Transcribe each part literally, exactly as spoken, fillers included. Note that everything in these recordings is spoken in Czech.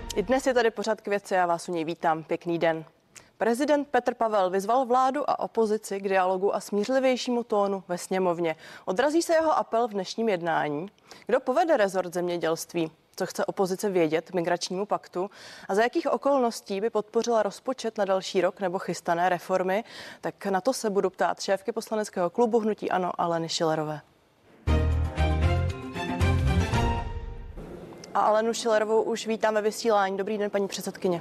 I dnes je tady pořad k věci, já vás u něj vítám. Pěkný den. Prezident Petr Pavel vyzval vládu a opozici k dialogu a smířlivějšímu tónu ve sněmovně. Odrazí se jeho apel v dnešním jednání? Kdo povede rezort zemědělství? Co chce opozice vědět k migračnímu paktu? A za jakých okolností by podpořila rozpočet na další rok nebo chystané reformy? Tak na to se budu ptát šéfky poslaneckého klubu Hnutí ANO Aleny Schillerové. A Alenu Schillerovou už vítám ve vysílání. Dobrý den, paní předsedkyně.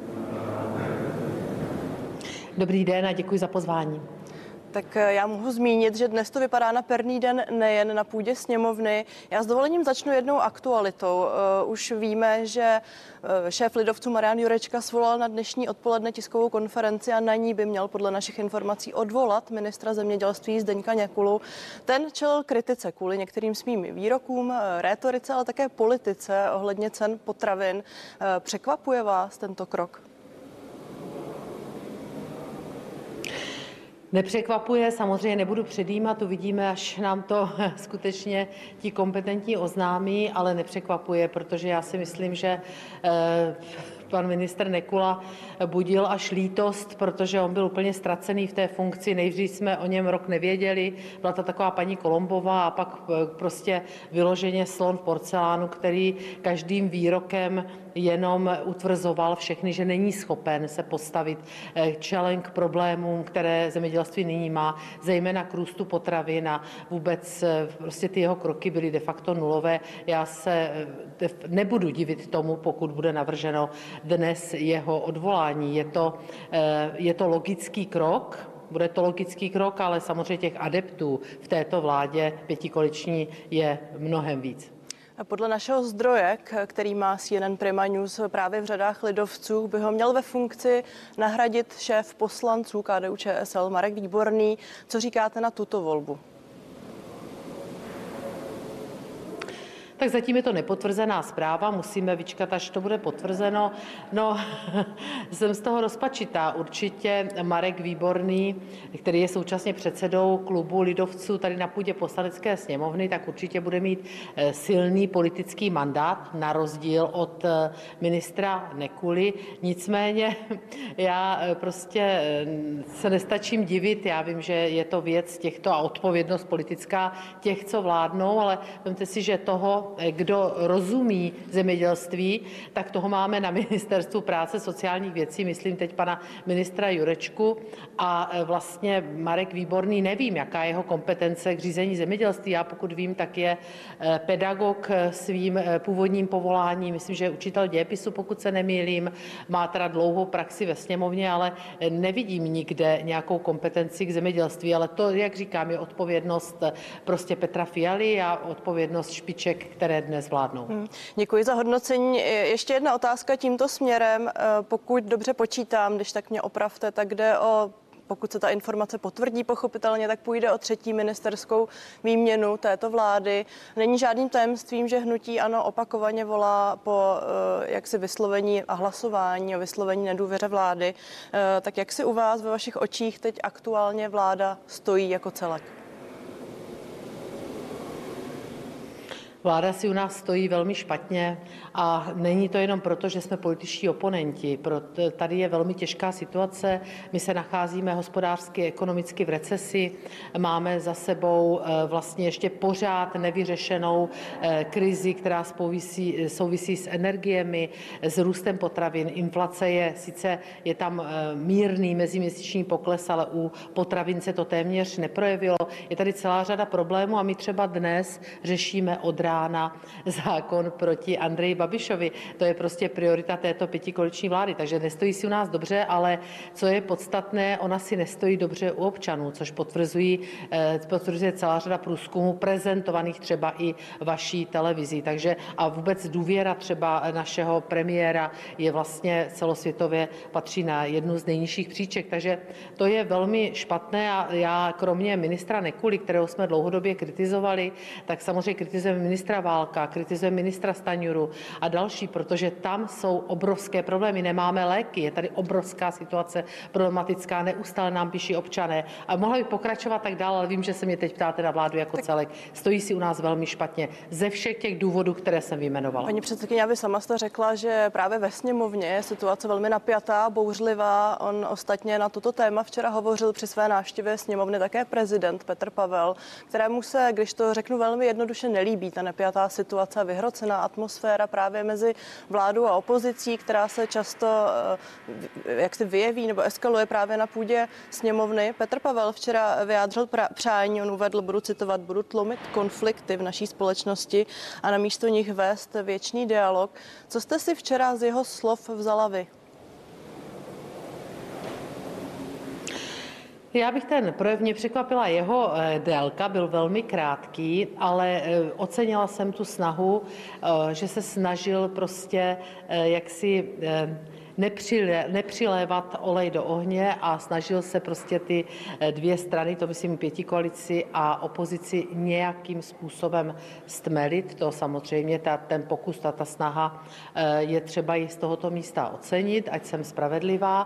Dobrý den a děkuji za pozvání. Tak já mohu zmínit, že dnes to vypadá na perný den nejen na půdě sněmovny. Já s dovolením začnu jednou aktualitou. Už víme, že šéf lidovců Marian Jurečka svolal na dnešní odpoledne tiskovou konferenci a na ní by měl podle našich informací odvolat ministra zemědělství Zdeňka Nekulu. Ten čelil kritice kvůli některým svým výrokům, rétorice, ale také politice ohledně cen potravin. Překvapuje vás tento krok? Nepřekvapuje, samozřejmě nebudu předjímat, uvidíme, až nám to skutečně ti kompetentní oznámí, ale nepřekvapuje, protože já si myslím, že pan ministr Nekula budil až lítost, protože on byl úplně ztracený v té funkci. Nejdřív jsme o něm rok nevěděli, byla to taková paní Kolombová a pak prostě vyloženě slon v porcelánu, který každým výrokem jenom utvrzoval všechny, že není schopen se postavit čelem k problémům, které zemědělství nyní má, zejména k růstu potravin a vůbec prostě ty jeho kroky byly de facto nulové. Já se nebudu divit tomu, pokud bude navrženo dnes jeho odvolání. Je to, je to logický krok, bude to logický krok, ale samozřejmě těch adeptů v této vládě pětikoaliční je mnohem víc. Podle našeho zdroje, který má C N N Prima News právě v řadách lidovců, by ho měl ve funkci nahradit šéf poslanců K D U Č S L Marek Výborný. Co říkáte na tuto volbu? Tak zatím je to nepotvrzená zpráva, musíme vyčkat, až to bude potvrzeno. No, jsem z toho rozpačitá. Určitě Marek Výborný, který je současně předsedou klubu lidovců tady na půdě poslanecké sněmovny, tak určitě bude mít silný politický mandát, na rozdíl od ministra Nekuly. Nicméně já prostě se nestačím divit, já vím, že je to věc těchto a odpovědnost politická těch, co vládnou, ale vemte si, že toho, kdo rozumí zemědělství, tak toho máme na Ministerstvu práce sociálních věcí, myslím teď pana ministra Jurečku, a vlastně Marek Výborný, nevím, jaká je jeho kompetence k řízení zemědělství. Já pokud vím, tak je pedagog svým původním povoláním, myslím, že je učitel dějepisu, pokud se nemýlím, má teda dlouhou praxi ve sněmovně, ale nevidím nikde nějakou kompetenci k zemědělství, ale to, jak říkám, je odpovědnost prostě Petra Fialy a odpovědnost špiček, které dnes vládnou. Hmm, děkuji za hodnocení. Ještě jedna otázka tímto směrem. Pokud dobře počítám, když tak mě opravte, tak jde o, pokud se ta informace potvrdí pochopitelně, tak půjde o třetí ministerskou výměnu této vlády. Není žádným tajemstvím, že hnutí ANO opakovaně volá po jaksi vyslovení a hlasování o vyslovení nedůvěře vlády. Tak jak si u vás ve vašich očích teď aktuálně vláda stojí jako celek? Vláda si u nás stojí velmi špatně a není to jenom proto, že jsme političtí oponenti. Tady je velmi těžká situace. My se nacházíme hospodářsky, ekonomicky v recesi. Máme za sebou vlastně ještě pořád nevyřešenou krizi, která souvisí, souvisí s energiemi, s růstem potravin. Inflace je, sice je tam mírný meziměsíční pokles, ale u potravin se to téměř neprojevilo. Je tady celá řada problémů a my třeba dnes řešíme od rána zákon proti Andreji Babišovi. To je prostě priorita této pětikoaliční vlády, takže nestojí si u nás dobře, ale co je podstatné, ona si nestojí dobře u občanů, což potvrzují, potvrzuje celá řada průzkumů prezentovaných třeba i vaší televizí. Takže a vůbec důvěra třeba našeho premiéra je vlastně celosvětově patří na jednu z nejnižších příček, takže to je velmi špatné a já kromě ministra Nekuly, kterého jsme dlouhodobě kritizovali, tak samozřejmě kritizujeme ministra ministra Válka, kritizuje ministra Staňuru a další, protože tam jsou obrovské problémy. Nemáme léky, je tady obrovská situace problematická, neustále nám píší občané. A mohla bych pokračovat tak dál, ale vím, že se mě teď ptáte na vládu jako tak celek. Stojí si u nás velmi špatně ze všech těch důvodů, které jsem vyjmenovala. Paní předsedkyně, vy sama jste řekla, že právě ve sněmovně je situace velmi napjatá, bouřlivá. On ostatně na toto téma včera hovořil při své návštěvě sněmovny také prezident Petr Pavel, kterému se, když to řeknu velmi jednoduše, nelíbí ta napjatá situace, vyhrocená atmosféra právě mezi vládou a opozicí, která se často jak si vyjeví nebo eskaluje právě na půdě sněmovny. Petr Pavel včera vyjádřil přání, on uvedl, budu citovat, budu tlumit konflikty v naší společnosti a namísto nich vést věčný dialog. Co jste si včera z jeho slov vzala vy? Já bych ten projev, mě překvapila jeho délka, byl velmi krátký, ale ocenila jsem tu snahu, že se snažil prostě jaksi nepřilé, nepřilévat olej do ohně a snažil se prostě ty dvě strany, to myslím pětikoalici a opozici, nějakým způsobem stmelit. To samozřejmě, ta, ten pokus, ta, ta snaha je třeba i z tohoto místa ocenit, ať jsem spravedlivá.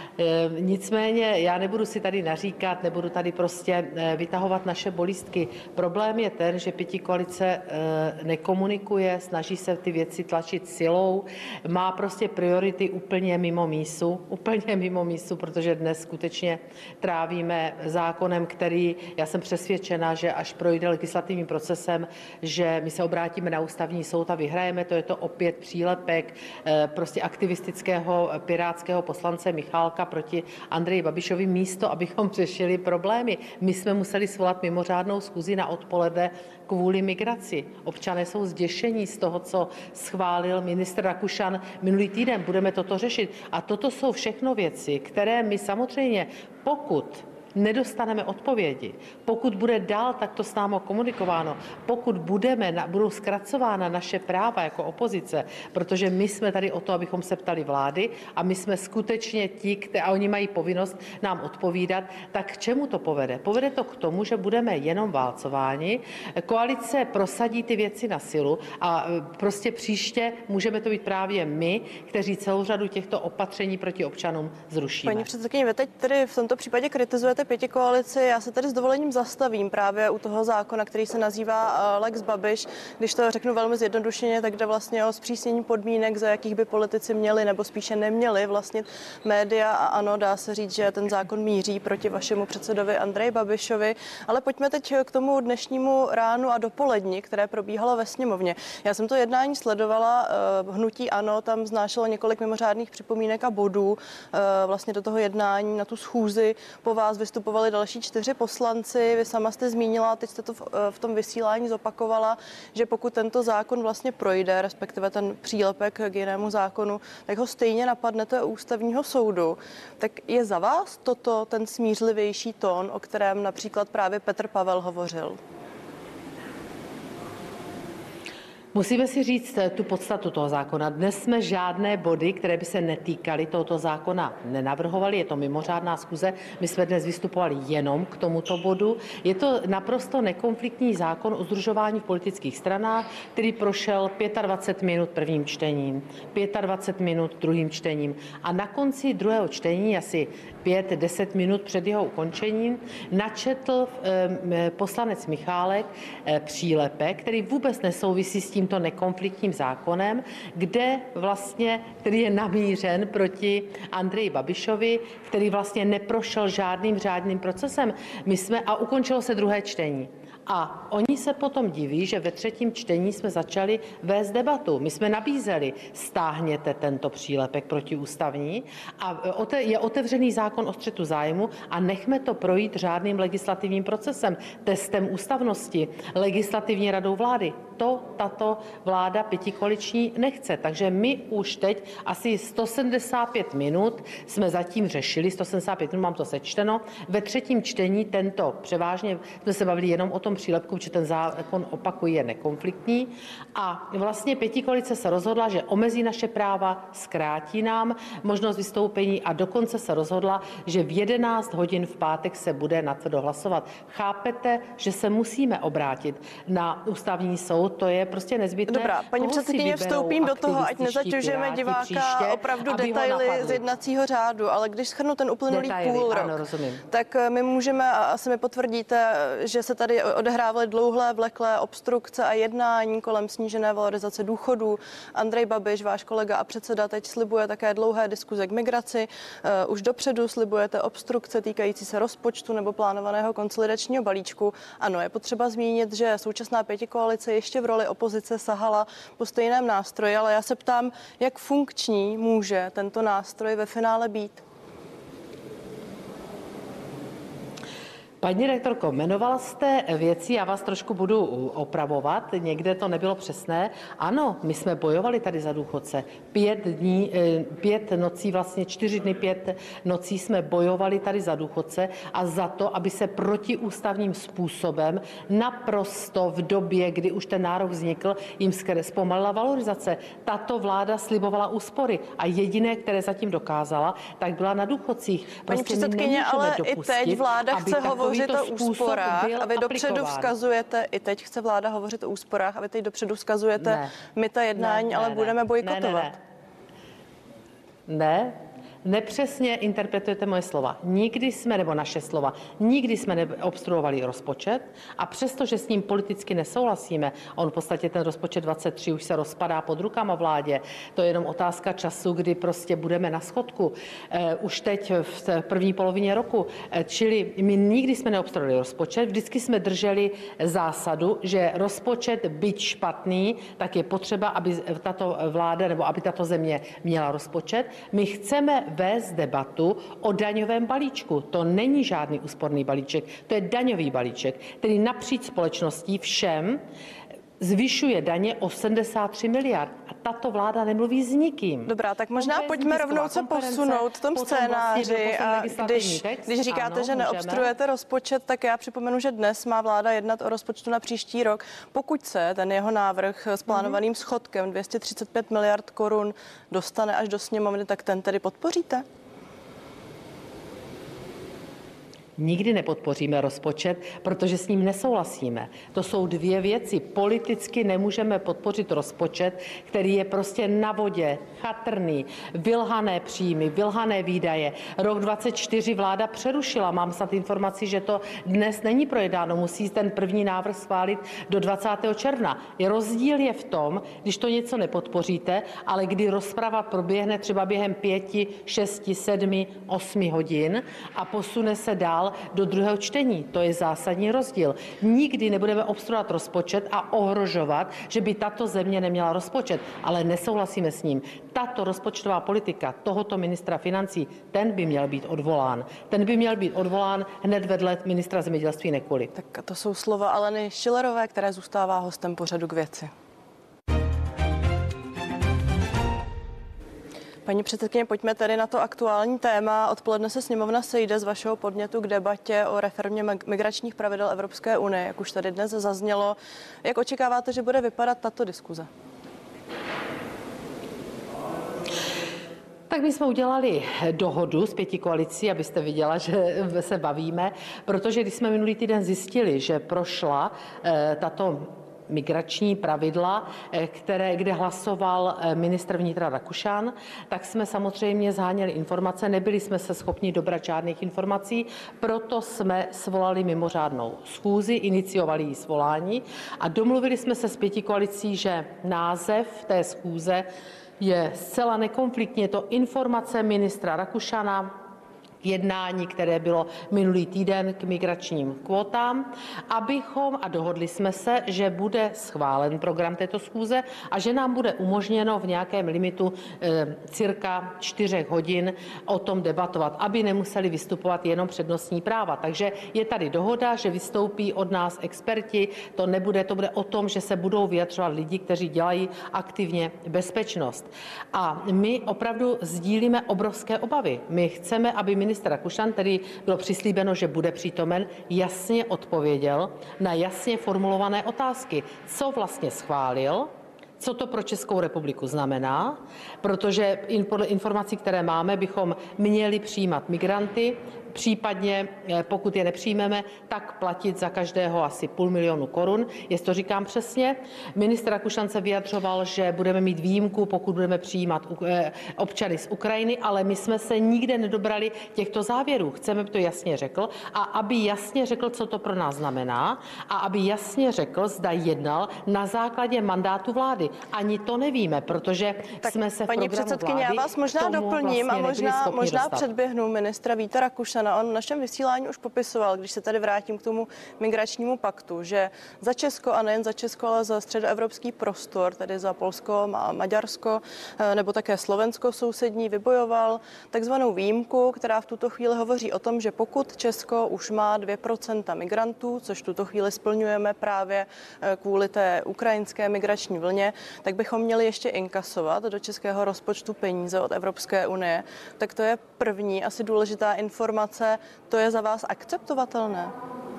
Nicméně já nebudu si tady naříkat, nebudu tady prostě vytahovat naše bolístky. Problém je ten, že pětikoalice nekomunikuje, snaží se ty věci tlačit silou, má prostě priority úplně mimo mísu, úplně mimo mísu, protože dnes skutečně trávíme zákonem, který, já jsem přesvědčena, že až projde legislativním procesem, že my se obrátíme na ústavní soud a vyhrajeme, to je to opět přílepek prostě aktivistického pirátského poslance Michálka proti Andreji Babišovi, místo, abychom řešili problémy. My jsme museli svolat mimořádnou schůzi na odpoledne kvůli migraci. Občané jsou zděšení z toho, co schválil ministr Rakušan minulý týden. Budeme toto řešit. A toto jsou všechno věci, které my samozřejmě, pokud nedostaneme odpovědi, pokud bude dál takto s námi komunikováno, pokud budeme, budou zkracována naše práva jako opozice, protože my jsme tady o to, abychom se ptali vlády a my jsme skutečně ti, kteří, a oni mají povinnost nám odpovídat, tak k čemu to povede? Povede to k tomu, že budeme jenom válcováni, koalice prosadí ty věci na silu a prostě příště můžeme to být právě my, kteří celou řadu těchto opatření proti občanům zrušíme. Paní předsedkyně, vy teď tedy v tomto případě kritizujete pětikoalici. Já se tedy s dovolením zastavím právě u toho zákona, který se nazývá Lex Babiš. Když to řeknu velmi zjednodušeně, tak jde vlastně o zpřísnění podmínek, za jakých by politici měli nebo spíše neměli vlastnit média. A ano, dá se říct, že ten zákon míří proti vašemu předsedovi Andreji Babišovi. Ale pojďme teď k tomu dnešnímu ránu a dopoledni, které probíhalo ve sněmovně. Já jsem to jednání sledovala. Hnutí ANO tam znášelo několik mimořádných připomínek a bodů vlastně do toho jednání na tu schůzi. Po vás vystupovali další čtyři poslanci. Vy sama jste zmínila, teď jste to v, v tom vysílání zopakovala, že pokud tento zákon vlastně projde, respektive ten přílepek k jinému zákonu, tak ho stejně napadnete u ústavního soudu. Tak je za vás toto ten smířlivější tón, o kterém například právě Petr Pavel hovořil? Musíme si říct tu podstatu toho zákona. Dnes jsme žádné body, které by se netýkaly tohoto zákona, nenavrhovali. Je to mimořádná schůze. My jsme dnes vystupovali jenom k tomuto bodu. Je to naprosto nekonfliktní zákon o sdružování v politických stranách, který prošel dvacet pět minut prvním čtením, dvacet pět minut druhým čtením a na konci druhého čtení, asi pět deset minut před jeho ukončením, načetl eh, poslanec Michálek eh, přílepek, který vůbec nesouvisí s tímto nekonfliktním zákonem, kde vlastně, který je namířen proti Andreji Babišovi, který vlastně neprošel žádným řádným procesem. My jsme, a ukončilo se druhé čtení. A oni se potom diví, že ve třetím čtení jsme začali vést debatu. My jsme nabízeli, stáhněte tento přílepek protiústavní a je otevřený zákon o střetu zájmu a nechme to projít řádným legislativním procesem, testem ústavnosti, legislativní radou vlády. To tato vláda pětikoaliční nechce. Takže my už teď asi sto sedmdesát pět minut jsme zatím řešili, sto sedmdesát pět minut, mám to sečteno. Ve třetím čtení tento převážně jsme se bavili jenom o tom přílepku, že ten zákon, opakují, je nekonfliktní. A vlastně pětikoalice se rozhodla, že omezí naše práva, zkrátí nám možnost vystoupení a dokonce se rozhodla, že v jedenáct hodin v pátek se bude natvrdo hlasovat. Chápete, že se musíme obrátit na ústavní soud, výboru, to je prostě nezbytné. Dobrá, paní předsedkyně, vstoupím do toho, ať nezaťužujeme diváka příště, opravdu detaily z jednacího řádu, ale když shrnu ten uplynulý detaily, půl rok, ano, tak my můžeme, a asi mi potvrdíte, že se tady odehrávaly dlouhé, vleklé obstrukce a jednání kolem snížené valorizace důchodů. Andrej Babiš, váš kolega a předseda, teď slibuje také dlouhé diskuze k migraci. Uh, už dopředu slibujete obstrukce týkající se rozpočtu nebo plánovaného konsolidačního balíčku. Ano, je potřeba zmínit, že současná pětikoalice ještě v roli opozice sahala po stejném nástroji, ale já se ptám, jak funkční může tento nástroj ve finále být? Paní rektorko, jmenovala jste věci, já vás trošku budu opravovat, někde to nebylo přesné. Ano, my jsme bojovali tady za důchodce. Pět dní, pět nocí, vlastně čtyři dny, pět nocí jsme bojovali tady za důchodce a za to, aby se protiústavním způsobem naprosto v době, kdy už ten nárok vznikl, jim zpomalila valorizace. Tato vláda slibovala úspory a jediné, které zatím dokázala, tak byla na důchodcích. Paní prostě předsedkyně, ale dopustit, i teď vláda chce hovořit o úsporách a vy dopředu vzkazujete, i teď chce vláda hovořit o úsporách a vy teď dopředu vzkazujete, ne, my ta jednání, ne, ale ne, budeme bojkotovat. Ne, ne, ne. ne. Nepřesně interpretujete moje slova. Nikdy jsme, nebo naše slova, nikdy jsme neobstruovali rozpočet a přesto, že s ním politicky nesouhlasíme, on v podstatě ten rozpočet dvacet tři už se rozpadá pod rukama vládě, to je jenom otázka času, kdy prostě budeme na schodku, eh, už teď v první polovině roku. Eh, čili my nikdy jsme neobstruovali rozpočet, vždycky jsme drželi zásadu, že rozpočet, byť špatný, tak je potřeba, aby tato vláda nebo aby tato země měla rozpočet. My chceme vést debatu o daňovém balíčku. To není žádný úsporný balíček, to je daňový balíček, který napříč společností všem zvyšuje daně o sedmdesát tři miliard. A tato vláda nemluví s nikým. Dobrá, tak možná pojďme rovnou se posunout v tom scénáři. A když, text, když říkáte, ano, že neobstruujete rozpočet, tak já připomenu, že dnes má vláda jednat o rozpočtu na příští rok. Pokud se ten jeho návrh s plánovaným mm-hmm. schodkem dvě stě třicet pět miliard korun dostane až do sněmovny, tak ten tedy podpoříte? Nikdy nepodpoříme rozpočet, protože s ním nesouhlasíme. To jsou dvě věci. Politicky nemůžeme podpořit rozpočet, který je prostě na vodě, chatrný, vylhané příjmy, vylhané výdaje. Rok dvacet čtyři vláda přerušila. Mám snad informaci, že to dnes není projednáno. Musí ten první návrh schválit do dvacátého června. Rozdíl je v tom, když to něco nepodpoříte, ale kdy rozprava proběhne třeba během pěti, šesti, sedmi, osmi hodin a posune se dál do druhého čtení. To je zásadní rozdíl. Nikdy nebudeme obstruovat rozpočet a ohrožovat, že by tato země neměla rozpočet, ale nesouhlasíme s ním. Tato rozpočtová politika tohoto ministra financí, ten by měl být odvolán. Ten by měl být odvolán hned vedle ministra zemědělství Nekuly. Tak to jsou slova Aleny Schillerové, která zůstává hostem pořadu K věci. Paní předsedkyně, pojďme tedy na to aktuální téma. Odpoledne se sněmovna sejde z vašeho podnětu k debatě o reformě migračních pravidel Evropské unie, jak už tady dnes zaznělo. Jak očekáváte, že bude vypadat tato diskuze? Tak my jsme udělali dohodu s pětikoalicí, abyste viděla, že se bavíme, protože když jsme minulý týden zjistili, že prošla eh, tato migrační pravidla, které, kde hlasoval ministr vnitra Rakušan, tak jsme samozřejmě zháněli informace, nebyli jsme se schopni dobrat žádných informací, proto jsme svolali mimořádnou schůzi, iniciovali jí svolání a domluvili jsme se s pětikoalicí, že název té schůze je zcela nekonfliktní, je to informace ministra Rakušana jednání, které bylo minulý týden k migračním kvótám, abychom, a dohodli jsme se, že bude schválen program této schůze a že nám bude umožněno v nějakém limitu e, cirka čtyřech hodin o tom debatovat, aby nemuseli vystupovat jenom přednostní práva. Takže je tady dohoda, že vystoupí od nás experti, to nebude, to bude o tom, že se budou vyjadřovat lidi, kteří dělají aktivně bezpečnost. A my opravdu sdílíme obrovské obavy. My chceme, aby ministr Rakušan, který bylo přislíbeno, že bude přítomen, jasně odpověděl na jasně formulované otázky. Co vlastně schválil, co to pro Českou republiku znamená, protože podle informací, které máme, bychom měli přijímat migranty případně pokud je nepřijmeme, tak platit za každého asi půl milionu korun, jestli to říkám přesně. Ministr Rakušan se vyjadřoval, že budeme mít výjimku, pokud budeme přijímat občany z Ukrajiny, ale my jsme se nikde nedobrali těchto závěrů. Chceme, aby to jasně řekl a aby jasně řekl, co to pro nás znamená a aby jasně řekl, zda jednal na základě mandátu vlády. Ani to nevíme, protože tak, jsme se v paní programu předsedkyně, vlády já vás možná doplním vlastně a možná, možná dostat. předběhnu ministra Víta Rakušana. On v našem vysílání už popisoval, když se tady vrátím k tomu migračnímu paktu, že za Česko a nejen za Česko, ale za středoevropský prostor, tedy za Polsko a Maďarsko nebo také Slovensko sousední, vybojoval takzvanou výjimku, která v tuto chvíli hovoří o tom, že pokud Česko už má dvě procenta migrantů, což v tuto chvíli splňujeme právě kvůli té ukrajinské migrační vlně, tak bychom měli ještě inkasovat do českého rozpočtu peníze od Evropské unie. Tak to je první asi důležitá informace. To je za vás akceptovatelné?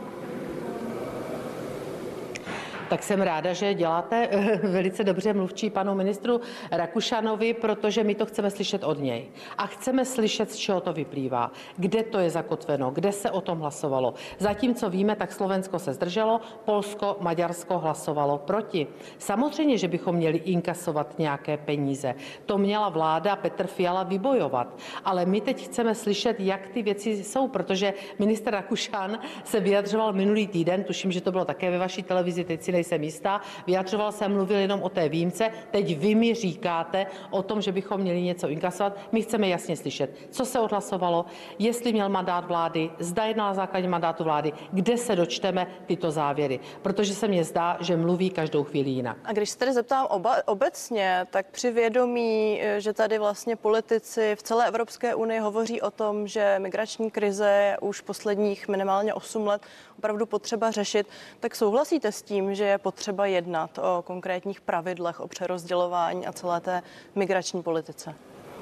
Tak jsem ráda, že děláte velice dobře mluvčí panu ministru Rakušanovi, protože my to chceme slyšet od něj. A chceme slyšet, z čeho to vyplývá, kde to je zakotveno, kde se o tom hlasovalo. Zatímco víme, tak Slovensko se zdrželo, Polsko, Maďarsko hlasovalo proti. Samozřejmě, že bychom měli inkasovat nějaké peníze. To měla vláda Petr Fiala vybojovat. Ale my teď chceme slyšet, jak ty věci jsou, protože ministr Rakušan se vyjadřoval minulý týden, tuším, že to bylo také ve vaší televizi, teď si nejsem jistá, vyjadřoval se, mluvil jenom o té výjimce, teď vy mi říkáte o tom, že bychom měli něco inkasovat. My chceme jasně slyšet, co se odhlasovalo, jestli měl mandát vlády, zda jednal na základě mandátu vlády, kde se dočteme tyto závěry, protože se mně zdá, že mluví každou chvíli jinak. A když se tedy zeptám oba, obecně, tak při vědomí, že tady vlastně politici v celé Evropské unii hovoří o tom, že migrační krize je už posledních minimálně osm let opravdu potřeba řešit, tak souhlasíte s tím, že je potřeba jednat o konkrétních pravidlech, o přerozdělování a celé té migrační politice?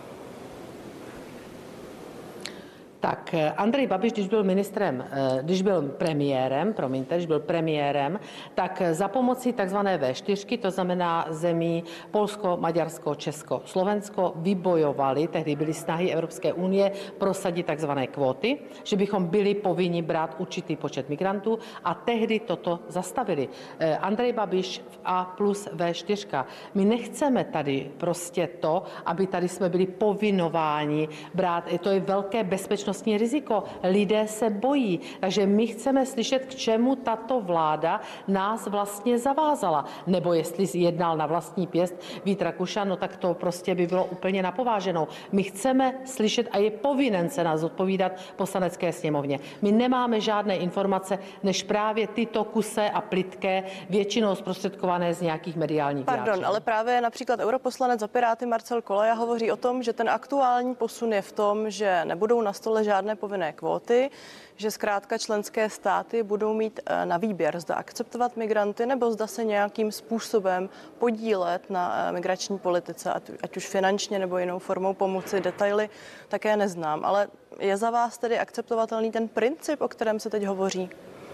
Tak Andrej Babiš, když byl ministrem, když byl premiérem, promiňte, když byl premiérem, tak za pomoci takzvané vé čtyři, to znamená zemí Polsko, Maďarsko, Česko, Slovensko, vybojovali, tehdy byly snahy Evropské unie prosadit takzvané kvóty, že bychom byli povinni brát určitý počet migrantů a tehdy toto zastavili. Andrej Babiš a plus vé čtyři. My nechceme tady prostě to, aby tady jsme byli povinováni brát, to je velké bezpečnostní riziko. Lidé se bojí. Takže my chceme slyšet, k čemu tato vláda nás vlastně zavázala. Nebo jestli jednal na vlastní pěst Vít Rakušan, no tak to prostě by bylo úplně napováženou. My chceme slyšet a je povinen se nás odpovídat Poslanecké sněmovně. My nemáme žádné informace, než právě tyto kuse a plytké, většinou zprostředkované z nějakých mediálních Pardon, vyjádření. ale právě například europoslanec za Piráty Marcel Kolaja hovoří o tom, že ten aktuální posun je v tom, že nebudou na stole žádné povinné kvóty, že zkrátka členské státy budou mít na výběr, zda akceptovat migranty nebo zda se nějakým způsobem podílet na migrační politice, ať už finančně nebo jinou formou pomoci. Detaily také neznám, ale je za vás tedy akceptovatelný ten princip, o kterém se teď hovoří?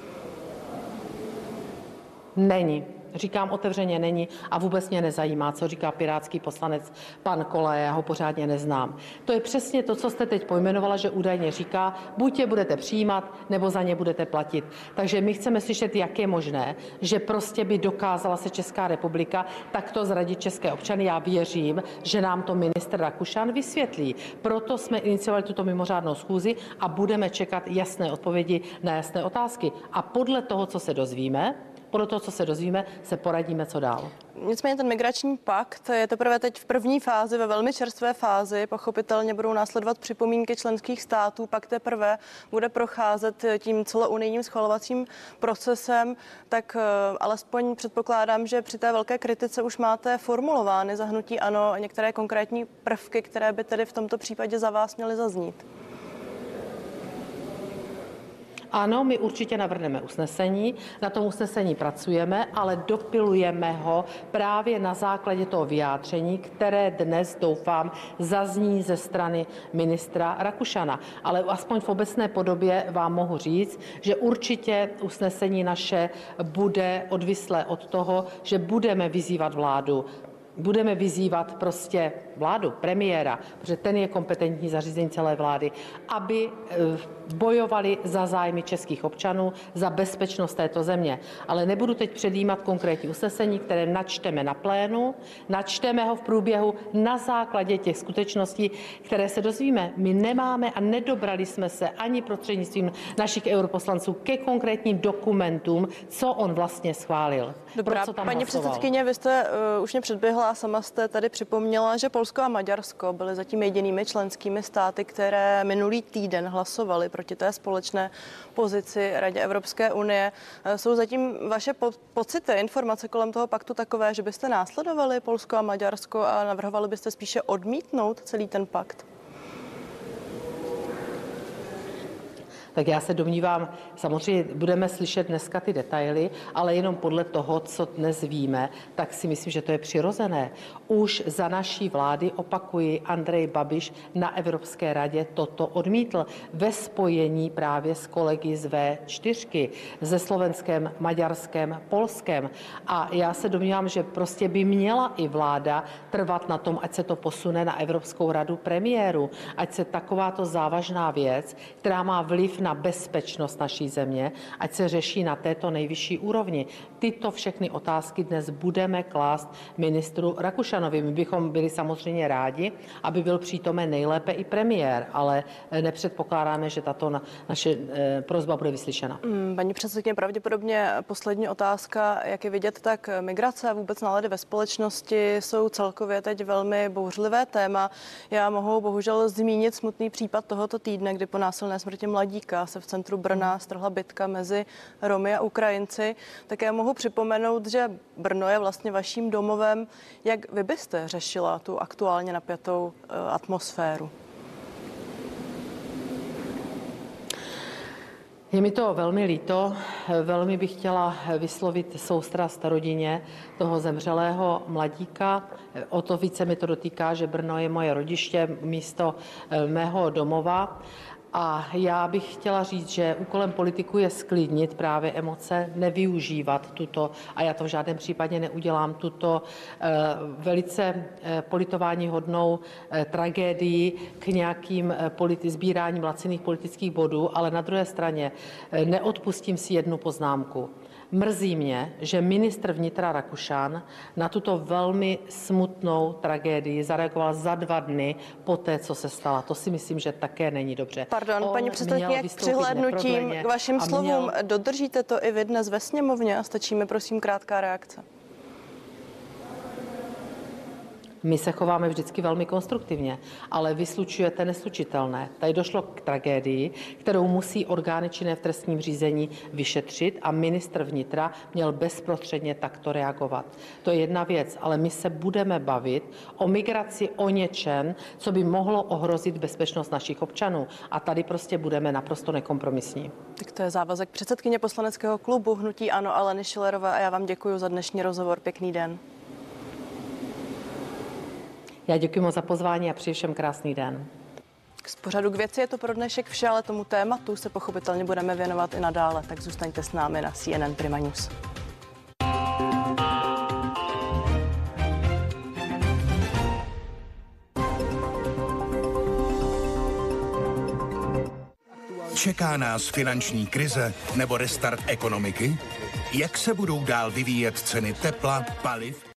Není. Říkám otevřeně, není a vůbec mě nezajímá, co říká pirátský poslanec pan Kolaja, já ho pořádně neznám. To je přesně to, co jste teď pojmenovala, že údajně říká, buď je budete přijímat, nebo za ně budete platit. Takže my chceme slyšet, jak je možné, že prostě by dokázala se Česká republika takto zradit české občany. Já věřím, že nám to ministr Rakušan vysvětlí. Proto jsme iniciovali tuto mimořádnou schůzi a budeme čekat jasné odpovědi na jasné otázky. A podle toho, co se dozvíme, podle toho, co se dozvíme, se poradíme, co dál. Nicméně ten migrační pakt je teprve teď v první fázi, ve velmi čerstvé fázi. Pochopitelně budou následovat připomínky členských států, pak teprve bude procházet tím celounijním schvalovacím procesem. Tak alespoň předpokládám, že při té velké kritice už máte formulovány za hnutí ANO některé konkrétní prvky, které by tedy v tomto případě za vás měly zaznít. Ano, my určitě navrhneme usnesení, na tom usnesení pracujeme, ale dopilujeme ho právě na základě toho vyjádření, které dnes, doufám, zazní ze strany ministra Rakušana. Ale aspoň v obecné podobě vám mohu říct, že určitě usnesení naše bude odvislé od toho, že budeme vyzývat vládu budeme vyzývat prostě vládu, premiéra, protože ten je kompetentní za řízení celé vlády, aby bojovali za zájmy českých občanů, za bezpečnost této země. Ale nebudu teď předjímat konkrétní usnesení, které načteme na plénu, načteme ho v průběhu na základě těch skutečností, které se dozvíme. My nemáme a nedobrali jsme se ani prostřednictvím našich europoslanců ke konkrétním dokumentům, co on vlastně schválil. Dobrá, pro co tam paní hlasoval. předsedkyně, vy jste uh, už mě předběhla a sama jste tady připomněla, že Polsko a Maďarsko byly zatím jedinými členskými státy, které minulý týden hlasovaly proti té společné pozici Radě Evropské unie. Uh, jsou zatím vaše po- pocity, informace kolem toho paktu takové, že byste následovali Polsko a Maďarsko a navrhovali byste spíše odmítnout celý ten pakt? Tak já se domnívám, samozřejmě budeme slyšet dneska ty detaily, ale jenom podle toho, co dnes víme, tak si myslím, že to je přirozené. Už za naší vlády, opakuji, Andrej Babiš na Evropské radě toto odmítl ve spojení právě s kolegy z vé čtyřky, ze Slovenskem, Maďarskem, Polskem. A já se domnívám, že prostě by měla i vláda trvat na tom, ať se to posune na Evropskou radu premiéru, ať se takováto závažná věc, která má vliv na bezpečnost naší země, ať se řeší na této nejvyšší úrovni. Tyto všechny otázky dnes budeme klást ministru Rakušanovi. My bychom byli samozřejmě rádi, aby byl přítomen nejlépe i premiér, ale nepředpokládáme, že tato na, naše e, prosba bude vyslyšena. Hmm, paní předsedkyně, pravděpodobně poslední otázka, jak je vidět, tak migrace a vůbec nálady ve společnosti jsou celkově teď velmi bouřlivé téma. Já mohu bohužel zmínit smutný případ tohoto týdne, kdy po násilné smrti mladíka se v centru Brna strhla bitka mezi Romy a Ukrajinci. Také mohu připomenout, že Brno je vlastně vaším domovem. Jak vy byste řešila tu aktuálně napjatou uh, atmosféru? Je mi to velmi líto, velmi bych chtěla vyslovit soustrast rodině toho zemřelého mladíka. O to více mi to dotýká, že Brno je moje rodiště, místo mého domova. A já bych chtěla říct, že úkolem politiků je sklidnit právě emoce, nevyužívat tuto, a já to v žádném případě neudělám, tuto eh, velice eh, politováníhodnou eh, tragédii k nějakým eh, politi- sbíráním laciných politických bodů, ale na druhé straně eh, neodpustím si jednu poznámku. Mrzí mě, že ministr vnitra Rakušan na tuto velmi smutnou tragédii zareagoval za dva dny po té, co se stala. To si myslím, že také není dobře. Pardon, On paní předsedkyně, k přihlédnutím k vašim slovům, měl... dodržíte to i vy dnes ve sněmovně a stačí mi prosím krátká reakce. My se chováme vždycky velmi konstruktivně, ale vy slučujete neslučitelné. Tady došlo k tragédii, kterou musí orgány činné v trestním řízení vyšetřit a ministr vnitra měl bezprostředně takto reagovat. To je jedna věc, ale my se budeme bavit o migraci, o něčem, co by mohlo ohrozit bezpečnost našich občanů. A tady prostě budeme naprosto nekompromisní. Tak to je závazek předsedkyně poslaneckého klubu Hnutí ANO Aleny Schillerové a já vám děkuji za dnešní rozhovor. Pěkný den. Já děkuji moc za pozvání a přeji všem krásný den. Z pořadu k věci je to pro dnešek vše, ale tomu tématu se pochopitelně budeme věnovat i nadále, tak zůstaňte s námi na C N N Prima News. Čeká nás finanční krize nebo restart ekonomiky? Jak se budou dál vyvíjet ceny tepla, paliv